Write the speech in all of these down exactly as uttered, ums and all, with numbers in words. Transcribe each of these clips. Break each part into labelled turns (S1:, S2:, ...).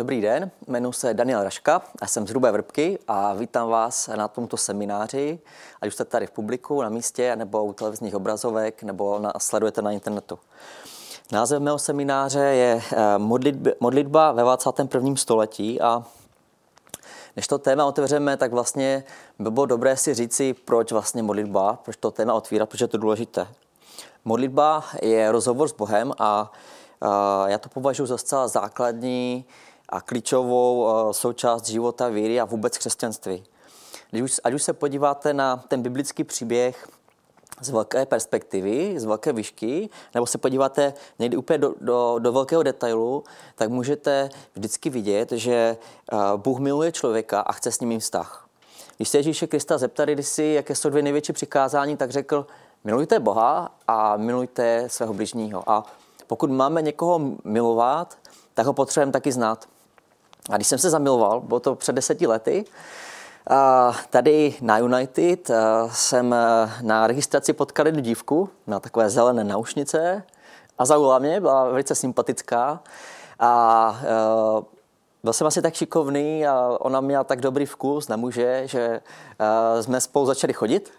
S1: dobrý den, jmenuji se Daniel Raška a jsem z Hrubé Vrbky a vítám vás na tomto semináři, ať už jste tady v publiku, na místě, nebo u televizních obrazovek, nebo na, sledujete na internetu. Název mého semináře je modlitba, modlitba ve dvacátém prvním století a než to téma otevřeme, tak vlastně by bylo dobré si říci, proč vlastně modlitba, proč to téma otvírat, proč je to důležité. Modlitba je rozhovor s Bohem a já to považuji za zcela základní a klíčovou součást života, víry a vůbec křesťanství. Když už, ať už se podíváte na ten biblický příběh z velké perspektivy, z velké výšky, nebo se podíváte někdy úplně do, do, do velkého detailu, tak můžete vždycky vidět, že Bůh miluje člověka a chce s ním mít vztah. Když se Ježíše Krista zeptali kdysi, jaké jsou dvě největší přikázání, tak řekl, milujte Boha a milujte svého bližního. A pokud máme někoho milovat, tak ho potřebujeme taky znát. A když jsem se zamiloval, bylo to před deseti lety, tady na United jsem na registraci potkal jednu dívku na takové zelené náušnice a zaujala mě, byla velice sympatická a byl jsem asi tak šikovný a ona měla tak dobrý vkus na muže, že jsme spolu začali chodit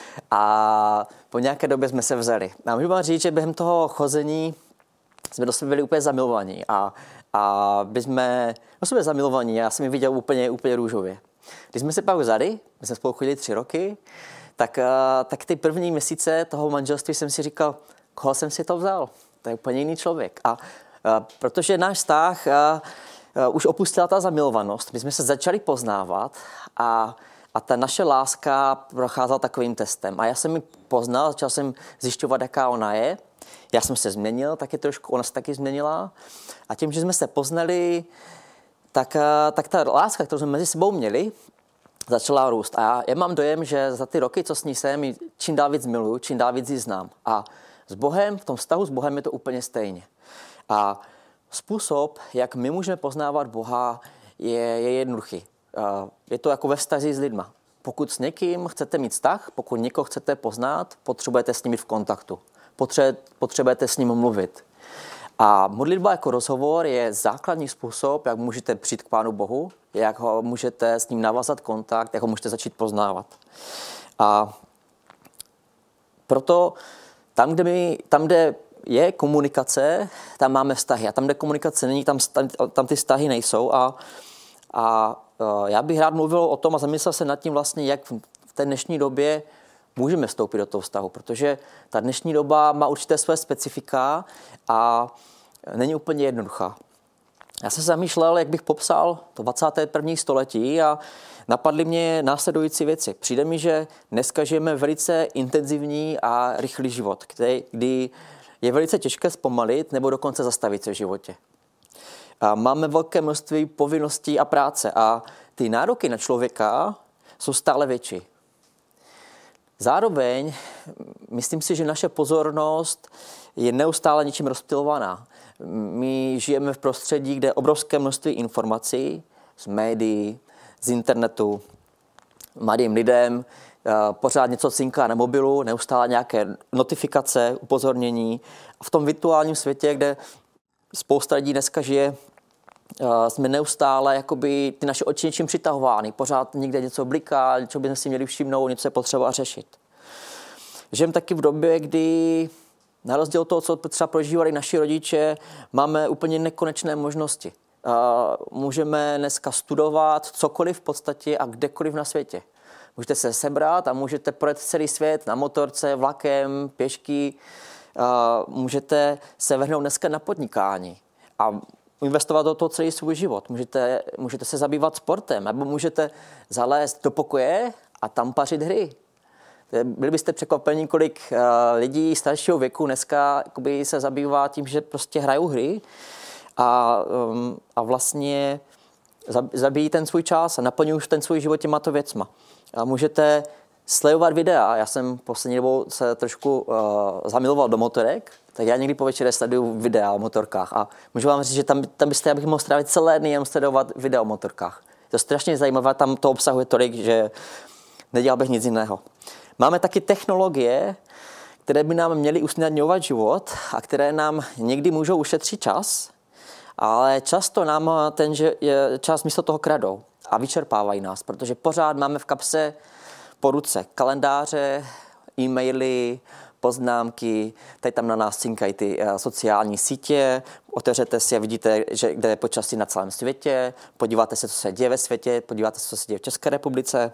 S1: a po nějaké době jsme se vzali. A můžu vám říct, že během toho chození jsme do sebe byli úplně zamilovaní a, a by jsme do sebe zamilovaní, já jsem ji viděl úplně, úplně růžově. Když jsme se pak vzali, my jsme spolu chodili tři roky, tak, tak ty první měsíce toho manželství jsem si říkal, koho jsem si to vzal? To je úplně jiný člověk. A, a protože náš vztah a, a, už opustila ta zamilovanost, my jsme se začali poznávat a, a ta naše láska procházela takovým testem. A já jsem ji poznal, začal jsem zjišťovat, jaká ona je. Já jsem se změnil taky trošku, ona se taky změnila. A tím, že jsme se poznali, tak, tak ta láska, kterou jsme mezi sebou měli, začala růst. A já, já mám dojem, že za ty roky, co s ní jsem, čím dál víc miluju, čím dál víc ji znám. A s Bohem, v tom vztahu s Bohem je to úplně stejně. A způsob, jak my můžeme poznávat Boha, je, je jednoduchý. Je to jako ve vztazích s lidma. Pokud s někým chcete mít vztah, pokud někoho chcete poznat, potřebujete s ním být v kontaktu. Potřebujete s ním mluvit. A modlitba jako rozhovor je základní způsob, jak můžete přijít k Pánu Bohu, jak ho můžete s ním navázat kontakt, jak ho můžete začít poznávat. A proto tam, kde, my, tam, kde je komunikace, tam máme vztahy. A tam, kde komunikace není, tam, tam ty vztahy nejsou. A, a já bych rád mluvil o tom a zamyslel se nad tím vlastně, jak v té dnešní době můžeme vstoupit do toho vztahu, protože ta dnešní doba má určité své specifika a není úplně jednoduchá. Já jsem se zamýšlel, jak bych popsal to dvacáté první století a napadly mě následující věci. Přijde mi, že dneska žijeme velice intenzivní a rychlý život, který, kdy je velice těžké zpomalit nebo dokonce zastavit se v životě. A máme velké množství povinností a práce a ty nároky na člověka jsou stále větší. Zároveň myslím si, že naše pozornost je neustále něčím rozptylovaná. My žijeme v prostředí, kde je obrovské množství informací z médií, z internetu, mladým lidem, pořád něco cinká na mobilu, neustále nějaké notifikace, upozornění. A v tom virtuálním světě, kde spousta lidí dneska žije, jsme neustále jakoby, ty naše oči něčím přitahovány. Pořád někde něco bliká, něco bychom si měli všimnout, něco je potřeba řešit. Žijeme taky v době, kdy na rozdíl od toho, co třeba prožívali naši rodiče, máme úplně nekonečné možnosti. Můžeme dneska studovat cokoliv v podstatě a kdekoliv na světě. Můžete se sebrat a můžete projet celý svět na motorce, vlakem, pěšky. Můžete se vrhnout dneska na podnikání a investovat do toho celý svůj život. Můžete, můžete se zabývat sportem, nebo můžete zalézt do pokoje a tam pařit hry. Byli byste překvapeni, kolik uh, lidí staršího věku dneska jakoby, se zabývá tím, že prostě hrajou hry a, um, a vlastně zabíjí ten svůj čas a naplňují už ten svůj život těma to věcma. A můžete sledovat videa. Já jsem poslední dobou se trošku uh, zamiloval do motorek, tak já někdy po večeře sleduju videa o motorkách a můžu vám říct, že tam, tam byste, já bych mohl strávit celé dny jenom sledovat videa o motorkách. To je strašně zajímavé, tam to obsahuje tolik, že nedělal bych nic jiného. Máme taky technologie, které by nám měly usnadňovat život a které nám někdy můžou ušetřit čas ale často nám ten že čas místo toho kradou a vyčerpávají nás, protože pořád máme v kapse po ruce kalendáře, e-maily, poznámky, tady tam na nás cinkají ty sociální sítě, otevřete si a vidíte, že kde je počasí na celém světě, podíváte se, co se děje ve světě, podíváte se, co se děje v České republice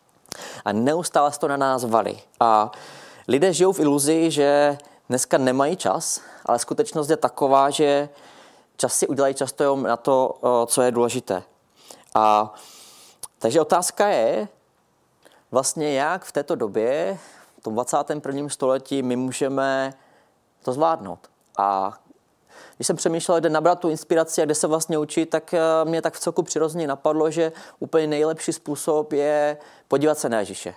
S1: a neustále se to na nás valí. A lidé žijou v iluzi, že dneska nemají čas, ale skutečnost je taková, že čas si udělají často jenom na to, co je důležité. A takže otázka je vlastně, jak v této době, v tom dvacátém prvním století, my můžeme to zvládnout. A když jsem přemýšlel, kde nabrat tu inspiraci a kde se vlastně učit, tak mě tak v celku přirozeně napadlo, že úplně nejlepší způsob je podívat se na Ježíše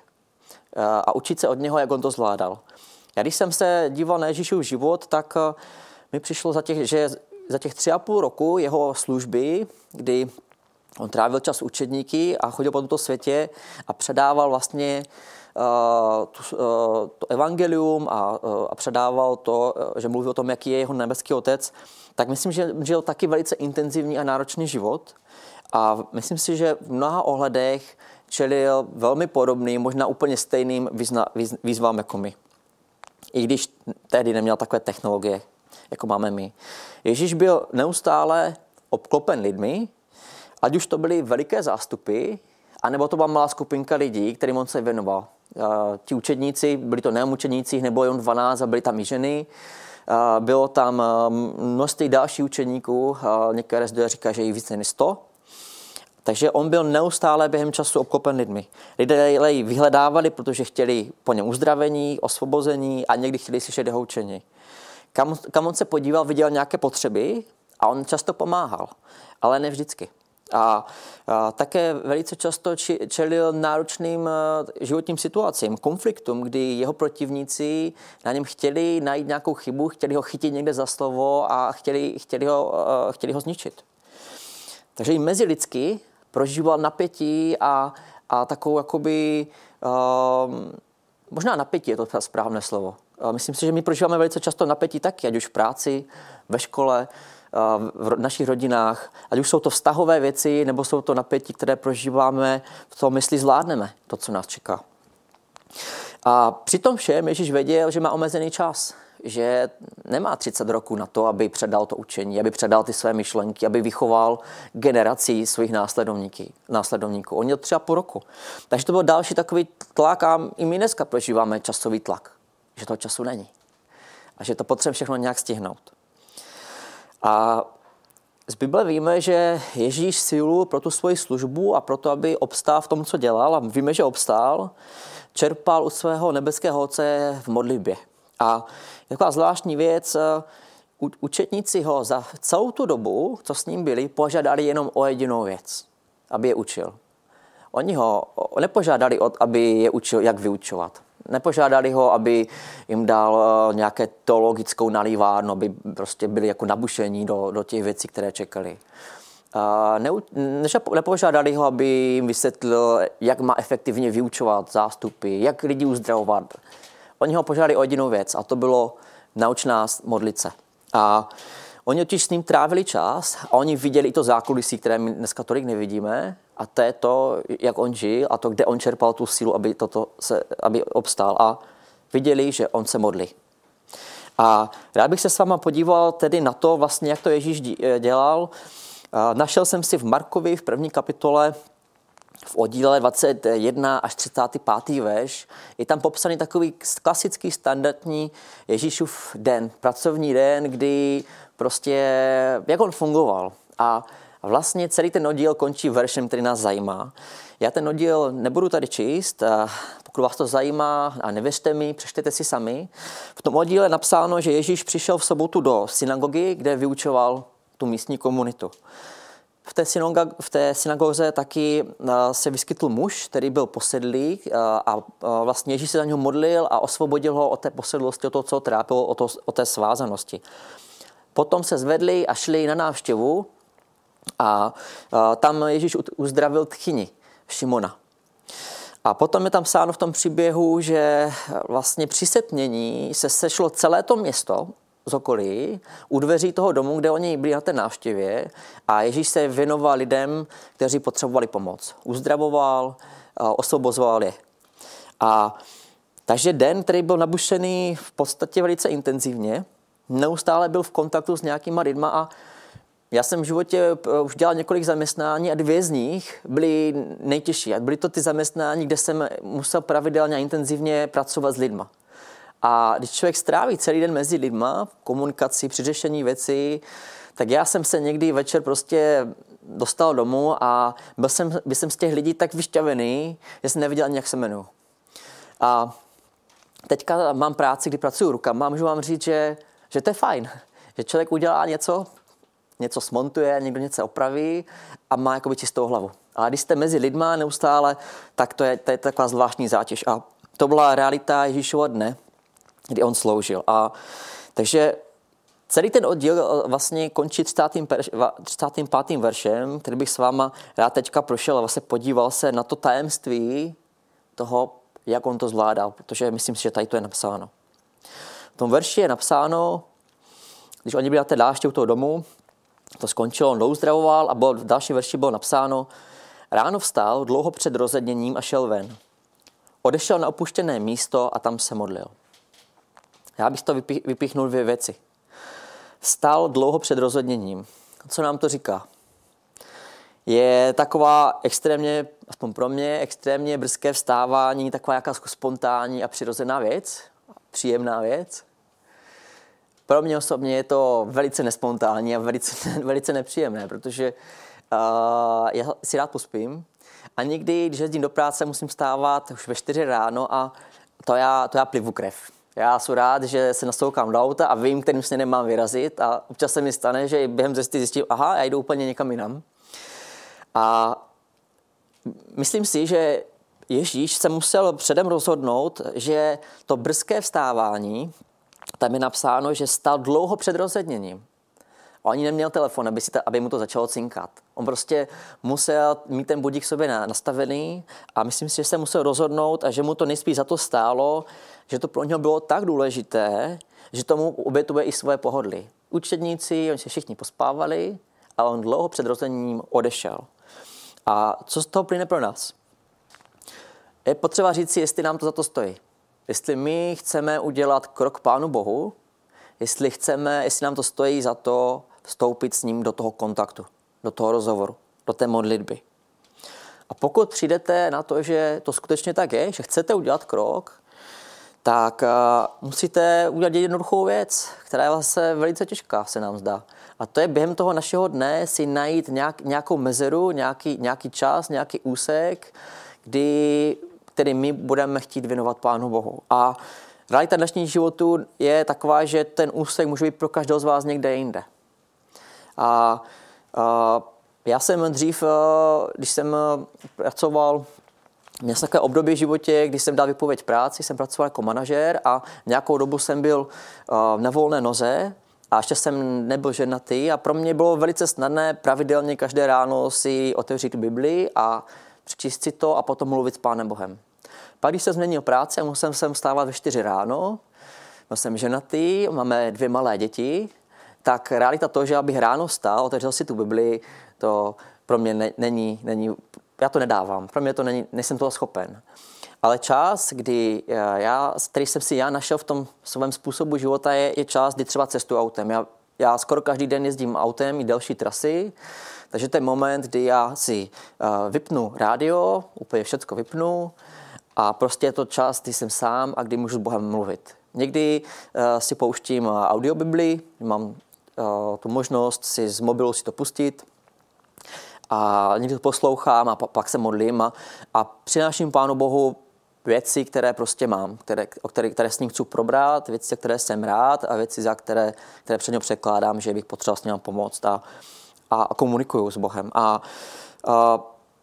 S1: a učit se od něho, jak on to zvládal. Já když jsem se díval na Ježíšův život, tak mi přišlo za těch, že za těch tři a půl roku jeho služby, kdy on trávil čas učedníky a chodil po tomto světě a předával vlastně uh, to, uh, to evangelium a, uh, a předával to, uh, že mluví o tom, jaký je jeho nebeský otec, tak myslím, že žil taky velice intenzivní a náročný život. A myslím si, že v mnoha ohledech čelil velmi podobným, možná úplně stejným význa, výz, výzvám jako my. I když tehdy neměl takové technologie, jako máme my. Ježíš byl neustále obklopen lidmi, ať už to byly veliké zástupy, anebo to byla malá skupinka lidí, kterým on se věnoval. Ti učedníci, byli to nejen učedníci, nebo jen dvanáct a byly tam i ženy. Bylo tam množství dalších učedníků, některé zdroje říkají, že jich více než sto. Takže on byl neustále během času obklopen lidmi. Lidé jej vyhledávali, protože chtěli po něm uzdravení, osvobození a někdy chtěli slyšet jeho učení. Kam, kam on se podíval, viděl nějaké potřeby a on často pomáhal, ale ne vždycky. A, a také velice často či, čelil náročným životním situacím, konfliktům, kdy jeho protivníci na něm chtěli najít nějakou chybu, chtěli ho chytit někde za slovo a chtěli, chtěli, ho, chtěli ho zničit. Takže i mezilidsky prožíval napětí a, a takovou jakoby, um, možná napětí je to správné slovo. Myslím si, že my prožíváme velice často napětí taky, ať už v práci, ve škole, v našich rodinách, ať už jsou to vztahové věci, nebo jsou to napětí, které prožíváme v tom, jestli zvládneme to, co nás čeká. A při tom všem Ježíš věděl, že má omezený čas, že nemá třicet roků na to, aby předal to učení, aby předal ty své myšlenky, aby vychoval generaci svých následovníků. On měl tři a půl roku. Takže to byl další takový tlak a i my dneska prožíváme časový tlak, že toho času není a že to potřebujeme všechno nějak stihnout. A z Bible víme, že Ježíš sílu pro tu svoji službu a pro to, aby obstál v tom, co dělal, a víme, že obstál, čerpal u svého nebeského Otce v modlitbě. A taková zvláštní věc, učetníci ho za celou tu dobu, co s ním byli, požádali jenom o jedinou věc, aby je učil. Oni ho nepožádali, aby je učil, jak vyučovat. Nepožádali ho, aby jim dal nějaké teologickou nalívárnu, aby prostě byli jako nabušení do, do těch věcí, které čekali. Ne, nepožádali ho, aby jim vysvětlil, jak má efektivně vyučovat zástupy, jak lidi uzdravovat. Oni ho požádali o jedinou věc a to bylo nauč nás modlit se. A oni totiž s ním trávili čas a oni viděli i to zákulisí, které my dneska tolik nevidíme, a to je to, jak on žil a to, kde on čerpal tu sílu, aby, toto se, aby obstál, a viděli, že on se modlí. A rád bych se s váma podíval tedy na to, vlastně, jak to Ježíš dělal. Našel jsem si v Markovi v první kapitole v oddíle dvacet jedna až třicátý pátý verš. Je tam popsaný takový klasický standardní Ježíšův den, pracovní den, kdy prostě, jak on fungoval. A vlastně celý ten oddíl končí veršem, který nás zajímá. Já ten oddíl nebudu tady číst, pokud vás to zajímá a nevěřte mi, přečtěte si sami. V tom oddíle je napsáno, že Ježíš přišel v sobotu do synagogy, kde vyučoval tu místní komunitu. V té, synagoze, v té synagoze taky se vyskytl muž, který byl posedlý, a vlastně Ježíš se za něho modlil a osvobodil ho od té posedlosti, od toho, co ho trápilo, od, to, od té svázanosti. Potom se zvedli a šli na návštěvu a tam Ježíš uzdravil tchyni Šimona. A potom je tam psáno v tom příběhu, že vlastně při setmění se sešlo celé to město z okolí, u dveří toho domu, kde oni byli na té návštěvě a Ježíš se věnoval lidem, kteří potřebovali pomoc. Uzdravoval, osvobozoval je. A takže den, který byl nabušený v podstatě velice intenzivně, neustále byl v kontaktu s nějakýma lidma a já jsem v životě už dělal několik zaměstnání a dvě z nich byly nejtěžší. A byly to ty zaměstnání, kde jsem musel pravidelně a intenzivně pracovat s lidma. A když člověk stráví celý den mezi lidma, v komunikaci, při řešení věcí, tak já jsem se někdy večer prostě dostal domů a byl jsem, byl jsem z těch lidí tak vyšťavený, že jsem nevěděl ani, jak se jmenuji. A teďka mám práci, kdy pracuji rukama a můžu vám říct, že, že to je fajn. Že člověk udělá něco, něco smontuje, někdo něco opraví a má jakoby čistou hlavu. A když jste mezi lidma neustále, tak to je, to je taková zvláštní zátěž. A to byla realita Ježíšova dne, kdy on sloužil. A takže celý ten oddíl vlastně končí třicátým pátým veršem, který bych s váma rád teďka prošel a vlastně podíval se na to tajemství toho, jak on to zvládal, protože myslím si, že tady to je napsáno. V tom verši je napsáno, když oni byli na té dáště u toho domu, to skončilo, on uzdravoval a bylo, v další verši bylo napsáno, ráno vstal dlouho před rozedněním a šel ven. Odešel na opuštěné místo a tam se modlil. Já bych to vypíchnul dvě věci. Vstal dlouho před rozhodněním. Co nám to říká? Je taková extrémně, aspoň pro mě, extrémně brzké vstávání, taková jaká spontánní a přirozená věc, příjemná věc. Pro mě osobně je to velice nespontánní a velice, velice nepříjemné, protože uh, já si rád pospím a někdy, když jezdím do práce, musím vstávat už ve čtyři ráno a to já, to já plivu krev. Já jsem rád, že se nastoukám do auta a vím, kterým směrem mám vyrazit a občas se mi stane, že během cesty zjistím, aha, já jdu úplně někam jinam. A myslím si, že Ježíš se musel předem rozhodnout, že to brzké vstávání, tam je napsáno, že stál dlouho před rozedněním. A ani neměl telefon, aby, si ta, aby mu to začalo cinkat. On prostě musel mít ten budík sobě nastavený a myslím si, že se musel rozhodnout a že mu to nejspíš za to stálo, že to pro něho bylo tak důležité, že tomu obětuje i svoje pohodlí. Učedníci, oni se všichni pospávali a on dlouho před rozhodněním odešel. A co z toho plyne pro nás? Je potřeba říct si, jestli nám to za to stojí. Jestli my chceme udělat krok Pánu Bohu, jestli chceme, jestli nám to stojí za to vstoupit s ním do toho kontaktu, do toho rozhovoru, do té modlitby. A pokud přijdete na to, že to skutečně tak je, že chcete udělat krok, tak uh, musíte udělat jednoduchou věc, která je vlastně velice těžká, se nám zdá. A to je během toho našeho dne si najít nějak, nějakou mezeru, nějaký, nějaký čas, nějaký úsek, kdy, který my budeme chtít věnovat Pánu Bohu. A realita dnešního životu je taková, že ten úsek může být pro každého z vás někde jinde. A, a já jsem dřív, když jsem pracoval, měl jsem takové období v životě, když jsem dal výpověď práci, jsem pracoval jako manažér a nějakou dobu jsem byl na volné noze a ještě jsem nebyl ženatý a pro mě bylo velice snadné pravidelně každé ráno si otevřít Bibli a přečíst si to a potom mluvit s Pánem Bohem. Pak, když jsem změnil práci a musel jsem vstávat ve čtyři ráno, byl jsem ženatý, máme dvě malé děti, tak realita toho, že abych ráno vstal, otevřel si tu Bibli, to pro mě ne, není, není, já to nedávám, pro mě to není, nejsem toho schopen. Ale čas, kdy já, který jsem si já našel v tom svém způsobu života, je, je čas, kdy třeba cestuji autem. Já, já skoro každý den jezdím autem i delší trasy, takže to je moment, kdy já si uh, vypnu rádio, úplně všecko vypnu a prostě je to čas, kdy jsem sám a kdy můžu s Bohem mluvit. Někdy uh, si pouštím audiobibli, mám uh, tu možnost si z mobilu si to pustit a někdy to poslouchám a pak se modlím a, a přináším Pánu Bohu věci, které prostě mám, které, o které, které s ním chci probrat, věci, za které jsem rád a věci, za které, které před něm překládám, že bych potřeboval s ním pomoct a, a, a komunikuju s Bohem. A, a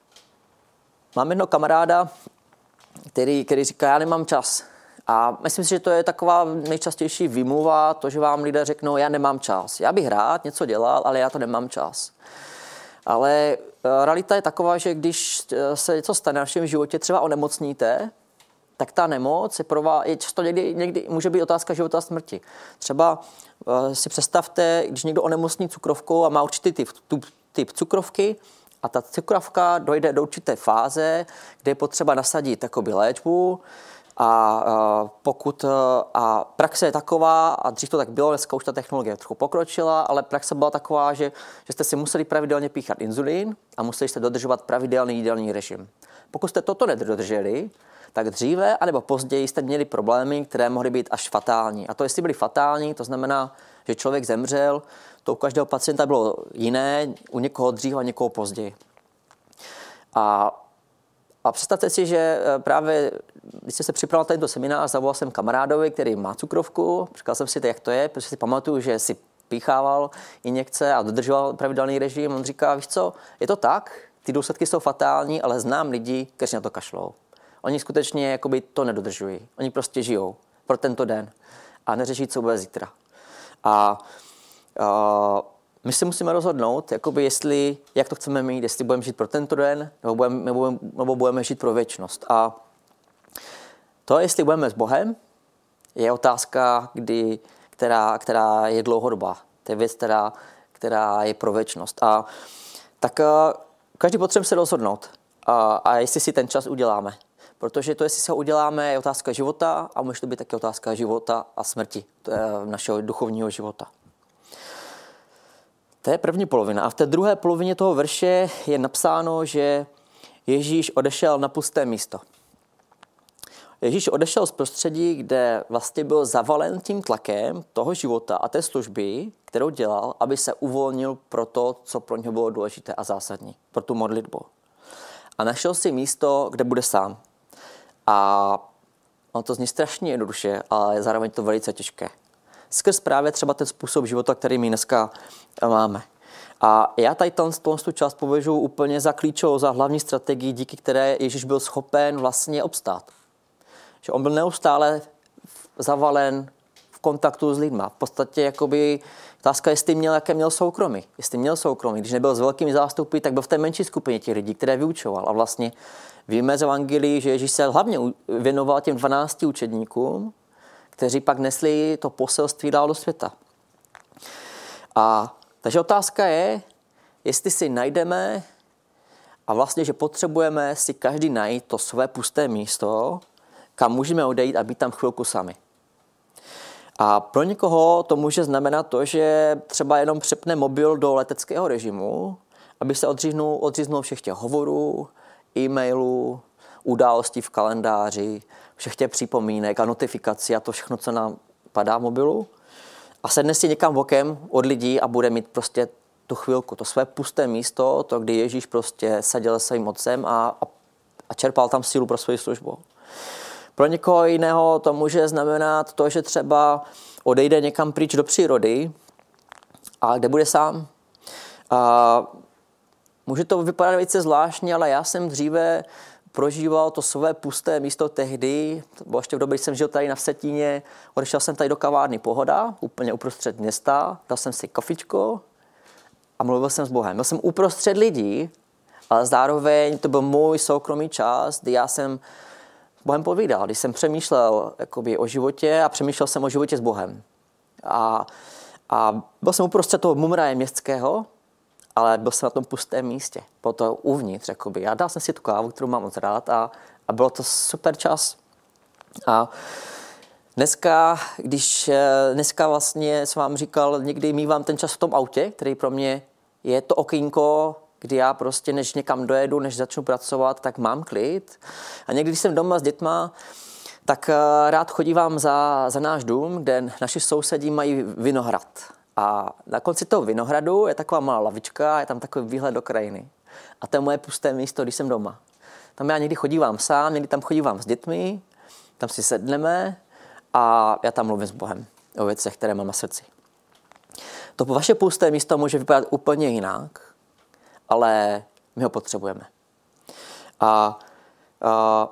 S1: mám jednoho kamaráda, který, který říká, já nemám čas. A myslím si, že to je taková nejčastější výmluva, to, že vám lidé řeknou, já nemám čas. Já bych rád něco dělal, ale já to nemám čas. Ale realita je taková, že když se něco stane v našem životě, třeba onemocníte, tak ta nemoc je, pro vás, je často někdy, někdy může být otázka života a smrti. Třeba uh, si představte, když někdo onemocní cukrovkou a má určitý typ, typ cukrovky, a ta cukrovka dojde do určité fáze, kde je potřeba nasadit takovou léčbu a uh, pokud uh, a praxe je taková, a dřív to tak bylo, dneska už ta technologie trochu pokročila, ale praxe byla taková, že, že jste si museli pravidelně píchat inzulín a museli jste dodržovat pravidelný jídelní režim. Pokud jste toto nedodrželi, tak dříve anebo později jste měli problémy, které mohly být až fatální. A to, jestli byly fatální, to znamená, že člověk zemřel, to u každého pacienta bylo jiné, u někoho dříve a někoho později. A, a představte si, že právě, když jste se připravil na tento seminář, zavolal jsem kamarádovi, který má cukrovku, říkal jsem si, jak to je, protože si pamatuju, že si píchával injekce a dodržoval pravidelný režim. On říká, víš co, je to tak, ty důsledky jsou fatální, ale znám lidi, kteří na to kašlou. Oni skutečně jakoby to nedodržují. Oni prostě žijou pro tento den a neřeší, co bude zítra. A uh, my si musíme rozhodnout, jakoby jestli, jak to chceme mít, jestli budeme žít pro tento den, nebo budeme, nebo, nebo budeme žít pro věčnost. A to, jestli budeme s Bohem, je otázka, kdy, která, která je dlouhodobá. To je věc, která, která je pro věčnost. A tak uh, každý potřebuje se rozhodnout. A, a jestli si ten čas uděláme. Protože to, jestli se ho uděláme, je otázka života a může to být také otázka života a smrti. To je našeho duchovního života. To je první polovina. A v té druhé polovině toho verše je napsáno, že Ježíš odešel na pusté místo. Ježíš odešel z prostředí, kde vlastně byl zavalen tím tlakem toho života a té služby, kterou dělal, aby se uvolnil pro to, co pro něho bylo důležité a zásadní, pro tu modlitbu. A našel si místo, kde bude sám. A on to zní strašně jednoduše, ale zároveň to velice těžké. Skrz právě třeba ten způsob života, který my dneska máme. A já tady tu část považuji úplně za klíčovou, za hlavní strategii, díky které Ježíš byl schopen vlastně obstát. Že on byl neustále zavalen v kontaktu s lidma. V podstatě jakoby otázka, jestli měl, jaké měl soukromí. Jestli měl soukromí. Když nebyl s velkými zástupy, tak byl v té menší skupině těch lidí, které vyučoval. A vlastně víme z evangelii, že Ježíš se hlavně věnoval těm dvanácti učedníkům, kteří pak nesli to poselství dál do světa. A takže otázka je, jestli si najdeme a vlastně, že potřebujeme si každý najít to své pusté místo, kam můžeme odejít a být tam chvilku sami. A pro někoho to může znamenat to, že třeba jenom přepne mobil do leteckého režimu, aby se odříznul, odříznul všech těch hovorů, e-mailů, událostí v kalendáři, všech těch připomínek a notifikací a to všechno, co nám padá v mobilu. A sedne si někam bokem od lidí a bude mít prostě tu chvilku, to své pusté místo, to, kdy Ježíš prostě seděl se svým otcem a, a, a čerpal tam sílu pro svou službu. Pro někoho jiného to může znamenat to, že třeba odejde někam pryč do přírody a kde bude sám. A může to vypadat velice zvláštně, ale já jsem dříve prožíval to své pusté místo tehdy, to bylo ještě v době, když jsem žil tady na Vsetíně, odešel jsem tady do kavárny Pohoda, úplně uprostřed města, dal jsem si kafičko a mluvil jsem s Bohem. Byl jsem uprostřed lidí, ale zároveň to byl můj soukromý čas, kdy já jsem s Bohem povídal, když jsem přemýšlel jakoby, o životě a přemýšlel jsem o životě s Bohem. A, a byl jsem uprostřed toho mumraje městského, ale byl jsem na tom pustém místě, bylo to uvnitř. Jakoby. Já dal jsem si tu kávu, kterou mám moc rád a, a bylo to super čas. A dneska, když dneska vlastně jsem vám říkal, někdy mívám ten čas v tom autě, který pro mě je to okýnko, kdy já prostě, než někam dojedu, než začnu pracovat, tak mám klid. A někdy, když jsem doma s dětma, tak rád chodívám za, za náš dům, kde naši sousedí mají vinohrad. A na konci toho vinohradu je taková malá lavička, je tam takový výhled do krajiny. A to je moje pusté místo, když jsem doma. Tam já někdy chodívám sám, někdy tam chodívám s dětmi, tam si sedneme a já tam mluvím s Bohem o věcech, které mám na srdci. To vaše pusté místo může vypadat úplně jinak, ale my ho potřebujeme. A, a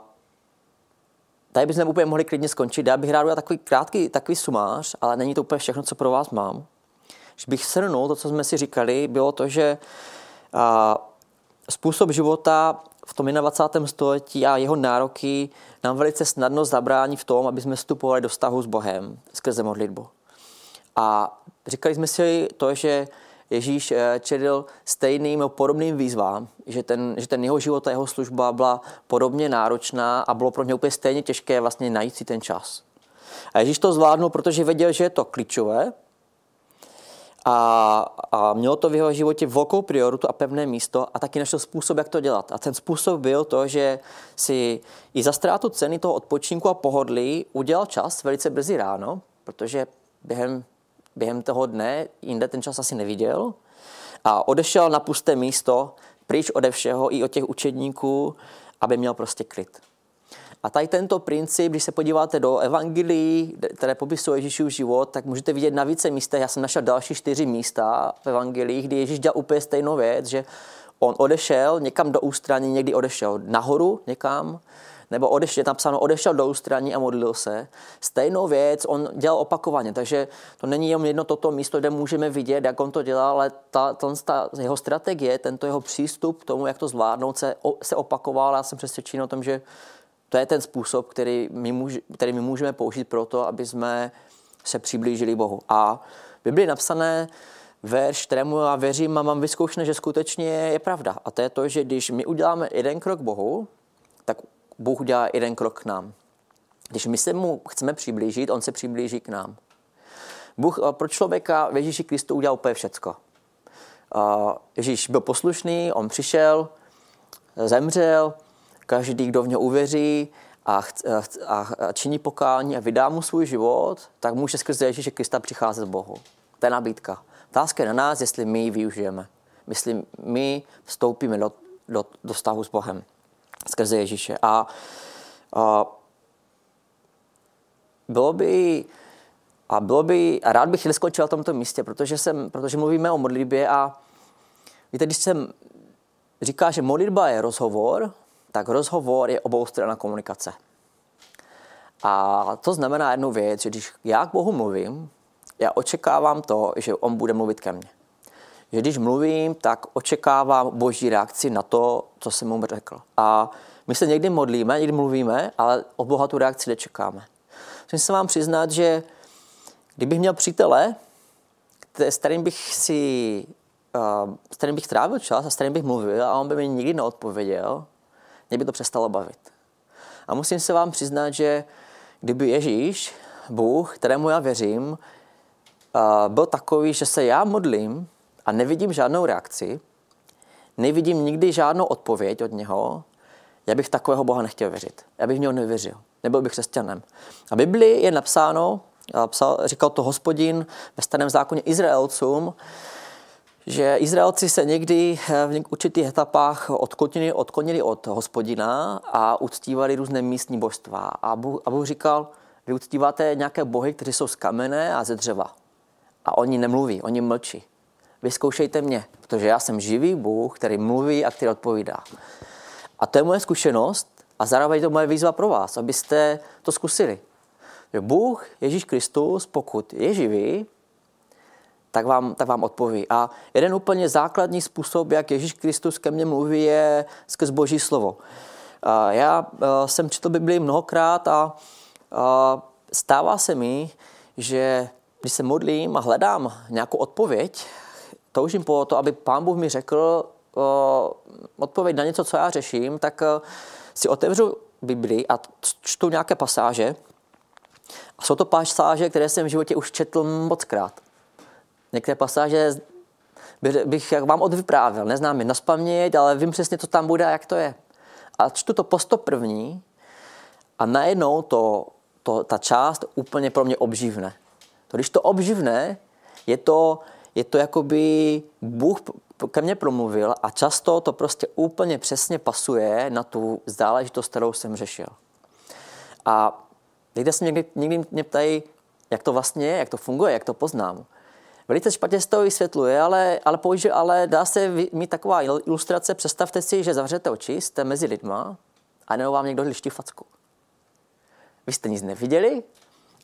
S1: tady bychom úplně mohli klidně skončit. Já bych rád udělal takový krátký takový sumář, ale není to úplně všechno, co pro vás mám. Když bych shrnul to, co jsme si říkali, bylo to, že a, způsob života v tom dvacátém prvním století a jeho nároky nám velice snadno zabrání v tom, aby jsme vstupovali do vztahu s Bohem skrze modlitbu. A říkali jsme si to, že Ježíš čelil stejným nebo podobným výzvám, že ten, že ten jeho život a jeho služba byla podobně náročná a bylo pro ně úplně stejně těžké vlastně najít si ten čas. A Ježíš to zvládnul, protože věděl, že je to klíčové a, a mělo to v jeho životě velkou prioritu a pevné místo a taky našel způsob, jak to dělat. A ten způsob byl to, že si i za ztrátu ceny toho odpočinku a pohodlí udělal čas velice brzy ráno, protože během během toho dne jinde ten čas asi neviděl a odešel na pusté místo, pryč ode všeho i od těch učedníků, aby měl prostě klid. A tady tento princip, když se podíváte do evangelií, které popisují Ježíšův život, tak můžete vidět na více místech. Já jsem našel další čtyři místa v evangeliích, kdy Ježíš dělal úplně stejnou věc, že on odešel někam do ústraní, někdy odešel nahoru někam, nebo odešel, je tam psáno, odešel do ústraní a modlil se. Stejnou věc on dělal opakovaně, takže to není jenom jedno toto místo, kde můžeme vidět, jak on to dělal, ale ta, ta jeho strategie, tento jeho přístup k tomu, jak to zvládnout, se, se opakoval. Já jsem přesvědčen o tom, že to je ten způsob, který my, můž, který my můžeme použít pro to, aby jsme se přiblížili Bohu. A v Biblii je napsané verš, kterému já věřím a mám vyzkoušené, že skutečně je pravda. A to je to, že když my uděláme jeden krok Bohu, tak Bůh udělá jeden krok k nám. Když my se mu chceme přiblížit, on se přiblíží k nám. Bůh pro člověka v Ježíši Kristu udělal úplně všecko. Ježíš byl poslušný, on přišel, zemřel, každý, kdo v něho uvěří a, a, a činí pokání a vydá mu svůj život, tak může skrze Ježíše Krista přicházet k Bohu. To je nabídka. Otázka je na nás, jestli my ji využijeme. Jestli my vstoupíme do, do, do vztahu s Bohem skrze Ježíše. A, a bylo by a bylo by a rád bych neskončil na tomto místě, protože jsem, protože mluvíme o modlitbě a víte, když jsem říká, že modlitba je rozhovor, tak rozhovor je oboustranná komunikace. A to znamená jednu věc, že když já k Bohu mluvím, já očekávám to, že on bude mluvit ke mně. Že když mluvím, tak očekávám Boží reakci na to, co jsem mu řekl. A my se někdy modlíme, někdy mluvíme, ale od Boha tu reakci nečekáme. Musím se vám přiznat, že kdybych měl přítele, s kterým bych si, s kterým bych trávil čas a s kterým bych mluvil a on by mi nikdy neodpověděl, mě by to přestalo bavit. A musím se vám přiznat, že kdyby Ježíš, Bůh, kterému já věřím, byl takový, že se já modlím a nevidím žádnou reakci, nevidím nikdy žádnou odpověď od něho, já bych takového Boha nechtěl věřit. Já bych v něho nevěřil. Nebyl bych křesťanem. A v Biblii je napsáno, psal, říkal to Hospodin ve Starém zákoně Izraelcům, že Izraelci se někdy v určitých etapách odklonili, odklonili od Hospodina a uctívali různé místní božstva. A Bůh, a Bůh říkal, vy uctíváte nějaké bohy, kteří jsou z kamene a ze dřeva. A oni nemluví, oni mlčí. Vyzkoušejte mě, protože já jsem živý Bůh, který mluví a který odpovídá. A to je moje zkušenost a zároveň to moje výzva pro vás, abyste to zkusili. Že Bůh, Ježíš Kristus, pokud je živý, tak vám, tak vám odpoví. A jeden úplně základní způsob, jak Ježíš Kristus ke mně mluví, je skrz Boží slovo. A já a, jsem četl Biblii mnohokrát a, a stává se mi, že když se modlím a hledám nějakou odpověď, toužím po to, aby Pán Bůh mi řekl o, odpověď na něco, co já řeším, tak o, si otevřu Biblii a čtu nějaké pasáže. A jsou to pasáže, které jsem v životě už četl mockrát. Některé pasáže bych jak vám odvyprávěl, neznám je nazpaměť, ale vím přesně, co tam bude a jak to je. A čtu to po sto první a najednou to, to, ta část úplně pro mě obživne. To, když to obživne, je to, je to jakoby Bůh ke mně promluvil a často to prostě úplně přesně pasuje na tu záležitost, kterou jsem řešil. A lidé se někdy, někdy mě ptají, jak to vlastně je, jak to funguje, jak to poznám. Velice špatně se to vysvětluje, ale, ale, použi, ale dá se mít taková ilustrace. Představte si, že zavřete oči, jste mezi lidma a nebo vám někdo liští facku. Vy jste nic neviděli,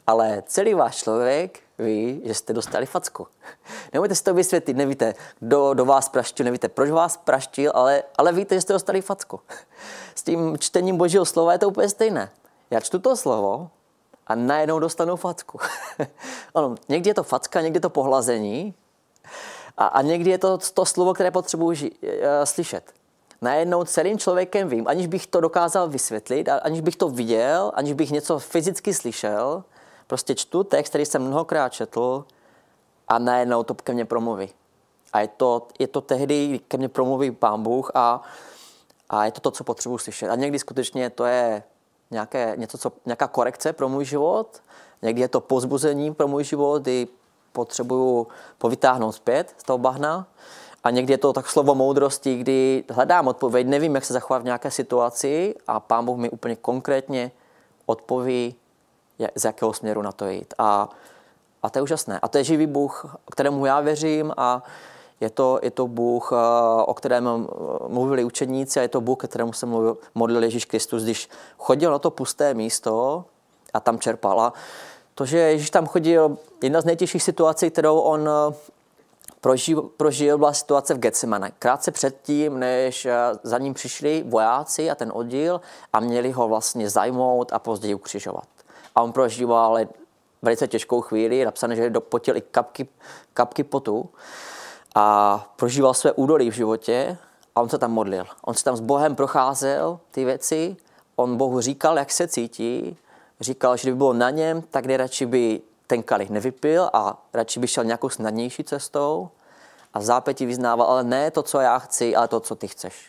S1: ale celý váš člověk ví, že jste dostali facku. Nemůžete si to vysvětlit, nevíte, kdo do vás praštil, nevíte, proč vás praštil, ale, ale víte, že jste dostali facku. S tím čtením Božího slova je to úplně stejné. Já čtu to slovo a najednou dostanu facku. Ano, někdy je to facka, někdy je to pohlazení a, a někdy je to to slovo, které potřebuji ži- slyšet. Najednou celým člověkem vím, aniž bych to dokázal vysvětlit, aniž bych to viděl, aniž bych něco fyzicky slyšel, prostě čtu text, který jsem mnohokrát četl a najednou to ke mně promluví. A je to, je to tehdy, ke mně promluví Pán Bůh a, a je to to, co potřebuji slyšet. A někdy skutečně to je nějaké, něco, co, nějaká korekce pro můj život, někdy je to povzbuzení pro můj život, kdy potřebuju povytáhnout zpět z toho bahna. A někdy je to tak slovo moudrosti, kdy hledám odpověď, nevím, jak se zachovat v nějaké situaci a Pán Bůh mi úplně konkrétně odpoví, z jakého směru na to jít. A, a to je úžasné. A to je živý Bůh, kterému já věřím a je to, je to Bůh, o kterém mluvili učedníci a je to Bůh, kterému se mluvil, modlil Ježíš Kristus, když chodil na to pusté místo a tam čerpal. A to, že Ježíš tam chodil, jedna z nejtěžších situací, kterou on prožil, prožil byla situace v Getsemane. Krátce předtím, než za ním přišli vojáci a ten oddíl a měli ho vlastně zajmout a později ukřižovat. A on prožíval velice těžkou chvíli, je napsané, že dopotil i kapky, kapky potu a prožíval své údolí v životě a on se tam modlil. On se tam s Bohem procházel ty věci, on Bohu říkal, jak se cítí, říkal, že kdyby bylo na něm, tak nejradši by ten kalich nevypil a radši by šel nějakou snadnější cestou a v zápětí vyznával, ale ne to, co já chci, ale to, co ty chceš.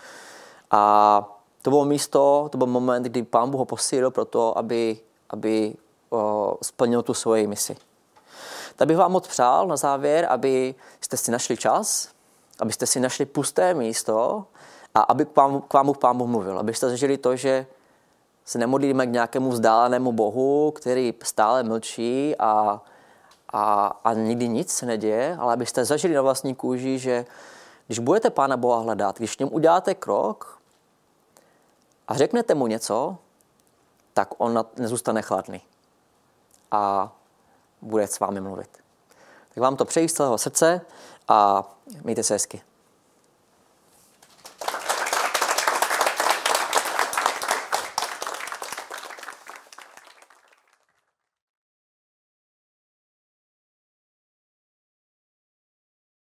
S1: A to bylo místo, to byl moment, kdy Pán Bůh ho posílil pro to, aby, aby o, splnil tu svoji misi. Tak bych vám moc přál na závěr, aby jste si našli čas, abyste si našli pusté místo a aby k vám, k vám Pán Bůh mluvil. Abyste zažili to, že se nemodlíme k nějakému vzdálenému Bohu, který stále mlčí a, a, a nikdy nic se neděje, ale abyste zažili na vlastní kůži, že když budete Pána Boha hledat, když k němu uděláte krok a řeknete mu něco, tak on nezůstane chladný a bude s vámi mluvit. Tak vám to přeji z celého srdce a mějte se hezky.